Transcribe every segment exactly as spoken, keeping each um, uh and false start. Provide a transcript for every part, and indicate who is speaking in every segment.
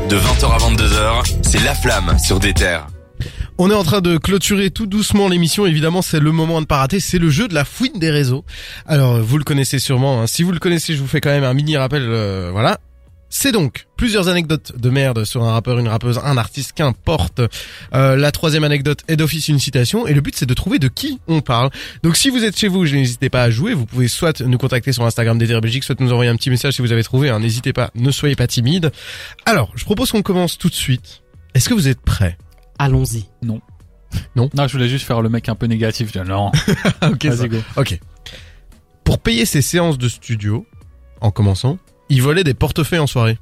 Speaker 1: De vingt heures à vingt-deux heures, c'est La Flamme sur des terres.
Speaker 2: On est en train de clôturer tout doucement l'émission, évidemment c'est le moment à ne pas rater, c'est le jeu de la fouine des réseaux. Alors vous le connaissez sûrement, hein. Si vous le connaissez je vous fais quand même un mini rappel, euh, voilà. C'est donc plusieurs anecdotes de merde sur un rappeur, une rappeuse, un artiste, qu'importe. Euh, la troisième anecdote est d'office une citation et le but c'est de trouver de qui on parle. Donc si vous êtes chez vous, n'hésitez pas à jouer, vous pouvez soit nous contacter sur Instagram des Terres Belgique, soit nous envoyer un petit message si vous avez trouvé, hein. N'hésitez pas, ne soyez pas timide. Alors, je propose qu'on commence tout de suite. Est-ce que vous êtes prêts?
Speaker 3: Allons-y.
Speaker 4: Non.
Speaker 2: Non?
Speaker 4: Non, je voulais juste faire le mec un peu négatif. Je dis, non.
Speaker 2: Ok,
Speaker 4: Vas-y,
Speaker 2: ça.
Speaker 4: go.
Speaker 2: Ok. Pour payer ses séances de studio, en commençant, il volait des portefeuilles en soirée.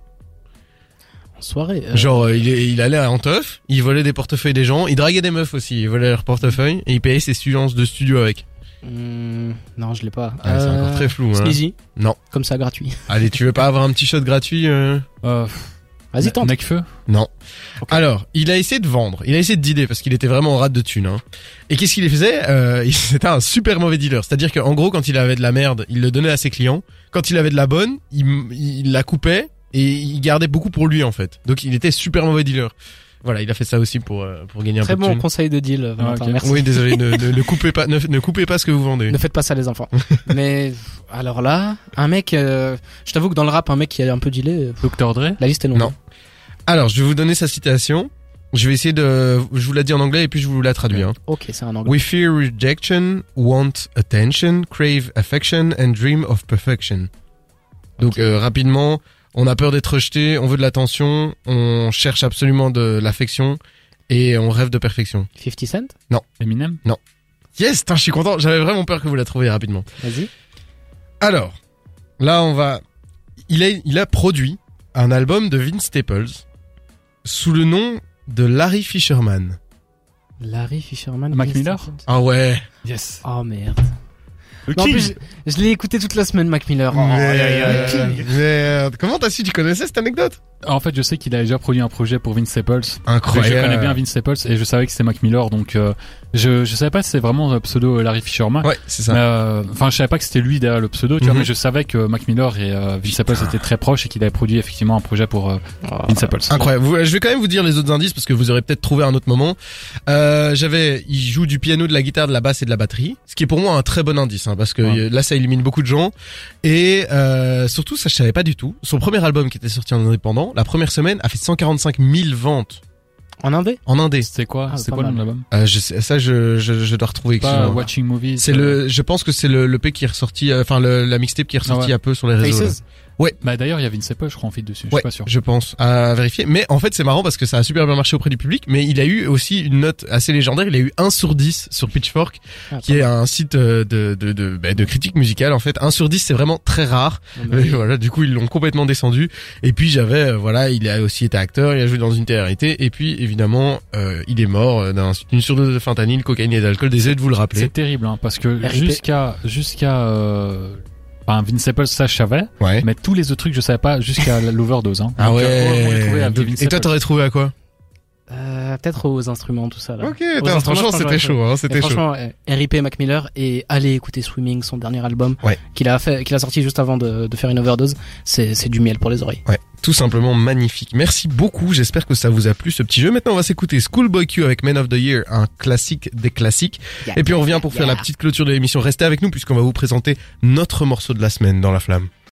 Speaker 3: En soirée. Euh...
Speaker 2: Genre, euh, il, est- il allait en teuf, il volait des portefeuilles des gens, il draguait des meufs aussi, il volait leurs portefeuilles et il payait ses séances de studio avec.
Speaker 3: hmm, non, je l'ai pas.
Speaker 2: Ah, c'est encore très flou, hein.
Speaker 3: Sneezy.
Speaker 2: Non.
Speaker 3: Comme ça, gratuit.
Speaker 2: Allez, tu veux pas avoir un petit shot gratuit euh
Speaker 4: Euh,
Speaker 3: Vas-y, tente.
Speaker 4: Necfeu.
Speaker 2: Non.
Speaker 3: Ok.
Speaker 2: Alors, il a essayé de vendre, il a essayé de dealer parce qu'il était vraiment en rate de thunes. Hein. Et qu'est-ce qu'il faisait euh, il- C'était un super mauvais dealer. C'est-à-dire qu'en gros, quand il avait de la merde, il le donnait à ses clients. Quand il avait de la bonne, il, il la coupait et il gardait beaucoup pour lui en fait. Donc il était super mauvais dealer. Voilà, il a fait ça aussi pour euh, pour gagner un
Speaker 3: Très
Speaker 2: peu de
Speaker 3: bon
Speaker 2: thunes.
Speaker 3: conseil de deal, Valentin.
Speaker 4: ok.
Speaker 3: Merci.
Speaker 2: Oui, désolé, ne, ne, ne coupez pas, ne, ne coupez pas ce que vous vendez.
Speaker 3: Ne faites pas ça, les enfants. Mais alors là, un mec, euh, je t'avoue que dans le rap, un mec qui a un peu dealé, euh,
Speaker 4: docteur Dre.
Speaker 3: la liste est longue.
Speaker 2: Non. Alors, je vais vous donner sa citation. Je vais essayer de, je vous la dis en anglais et puis je vous la traduis. Hein.
Speaker 3: Ok, c'est un anglais.
Speaker 2: We fear rejection, want attention, crave affection and dream of perfection. Donc
Speaker 3: Ok.
Speaker 2: euh, rapidement, on a peur d'être rejeté, on veut de l'attention, on cherche absolument de l'affection et on rêve de perfection.
Speaker 3: fifty Cent.
Speaker 4: Eminem.
Speaker 2: Yes, putain, je suis content. J'avais vraiment peur que vous la trouviez rapidement.
Speaker 3: Vas-y.
Speaker 2: Alors, là, on va. Il a, il a produit un album de Vince Staples sous le nom de Larry Fisherman.
Speaker 3: Larry Fisherman.
Speaker 4: Mac
Speaker 3: fifty
Speaker 4: Miller.
Speaker 3: Cent.
Speaker 2: Ah ouais.
Speaker 4: Yes.
Speaker 3: Oh merde.
Speaker 4: Le
Speaker 3: Non, en
Speaker 4: King.
Speaker 3: plus, je, je l'ai écouté toute la semaine, Mac Miller. Oh, aïe, aïe, aïe, aïe.
Speaker 2: Merde. Comment t'as su? Tu connaissais cette anecdote?
Speaker 4: En fait, je sais qu'il a déjà produit un projet pour Vince Staples.
Speaker 2: Incroyable.
Speaker 4: Je connais bien Vince Staples et je savais que c'était Mac Miller, donc euh, je je savais pas si c'était vraiment le pseudo Larry Fisherman.
Speaker 2: Ouais, c'est
Speaker 4: Mais,
Speaker 2: ça.
Speaker 4: euh, Enfin, je savais pas que c'était lui derrière le pseudo, tu
Speaker 2: Mhm.
Speaker 4: vois, mais je savais que Mac Miller et euh, Vince Staples étaient très proches et qu'il avait produit effectivement un projet pour euh, Vince Staples.
Speaker 2: Incroyable. Vous- Je vais quand même vous dire les autres indices parce que vous aurez peut-être trouvé à un autre moment. Euh, j'avais, il joue du piano, de la guitare, de la basse et de la batterie, ce qui est pour moi un très bon indice, hein, parce que
Speaker 4: Ouais.
Speaker 2: euh, là ça élimine beaucoup de gens. Et euh, surtout, ça je savais pas du tout. Son premier album qui était sorti en indépendant, la première semaine a fait cent quarante-cinq mille ventes
Speaker 3: En indé.
Speaker 2: en indé.
Speaker 4: C'était quoi
Speaker 3: Ah,
Speaker 4: C'était
Speaker 3: pas
Speaker 4: quoi le nom de
Speaker 3: mal.
Speaker 4: l'album?
Speaker 2: Euh, je sais, ça je, je je dois retrouver.
Speaker 4: Pas
Speaker 2: excusez-moi.
Speaker 4: Watching Movies.
Speaker 2: C'est le, je pense que c'est le le P qui est ressorti, euh, enfin le, la mixtape qui est ressorti
Speaker 4: Ah ouais.
Speaker 2: un peu sur les réseaux. là.
Speaker 3: Faces.
Speaker 4: Bah d'ailleurs, il y a Vince Staples, je crois, en feat dessus. Je
Speaker 2: Ouais,
Speaker 4: suis pas sûr.
Speaker 2: je pense, à vérifier. Mais en fait, c'est marrant parce que ça a super bien marché auprès du public, mais il a eu aussi une note assez légendaire. Il a eu un sur dix sur Pitchfork,
Speaker 3: Ah,
Speaker 2: qui est un site euh, de de de, bah, de critique musicale. En fait, un sur dix, c'est vraiment très rare.
Speaker 3: Non, mais
Speaker 2: Et
Speaker 3: oui.
Speaker 2: voilà, du coup, ils l'ont complètement descendu. Et puis j'avais, euh, voilà, il a aussi été acteur, il a joué dans une télé-réalité. Et puis évidemment, euh, il est mort euh, d'un- d'une surdose de fentanyl, cocaïne et d'alcool. Désolé de vous le rappeler.
Speaker 4: C'est terrible, hein, parce que
Speaker 3: R I P.
Speaker 4: jusqu'à jusqu'à euh, enfin, Vince Staples, ça je savais,
Speaker 2: Ouais.
Speaker 4: mais tous les autres trucs je savais pas jusqu'à l'overdose. Hein.
Speaker 2: Ah
Speaker 4: Donc, euh, on les
Speaker 2: ouais.
Speaker 4: trouvait à
Speaker 2: Donc-
Speaker 4: Vince
Speaker 2: et toi,
Speaker 4: Staples.
Speaker 2: t'aurais trouvé à quoi?
Speaker 3: Euh, peut-être aux instruments, tout ça là.
Speaker 2: Ok,
Speaker 3: Aux
Speaker 2: attends,
Speaker 3: instruments,
Speaker 2: franchement,
Speaker 3: je pense que
Speaker 2: c'était
Speaker 3: j'aurais
Speaker 2: chaud, hein,
Speaker 3: Et
Speaker 2: c'était chaud.
Speaker 3: franchement, euh, R I P Mac Miller, et allez écouter Swimming, son dernier album,
Speaker 2: Ouais.
Speaker 3: qu'il a fait, qu'il a sorti juste avant de, de faire une overdose. C'est, c'est du miel pour les oreilles.
Speaker 2: Ouais, tout simplement magnifique. Merci beaucoup, j'espère que ça vous a plu ce petit jeu. Maintenant on va s'écouter Schoolboy Q avec Men of the Year, un classique des classiques. Et puis on revient pour faire la petite clôture de l'émission. Restez avec nous puisqu'on va vous présenter notre morceau de la semaine dans La Flamme.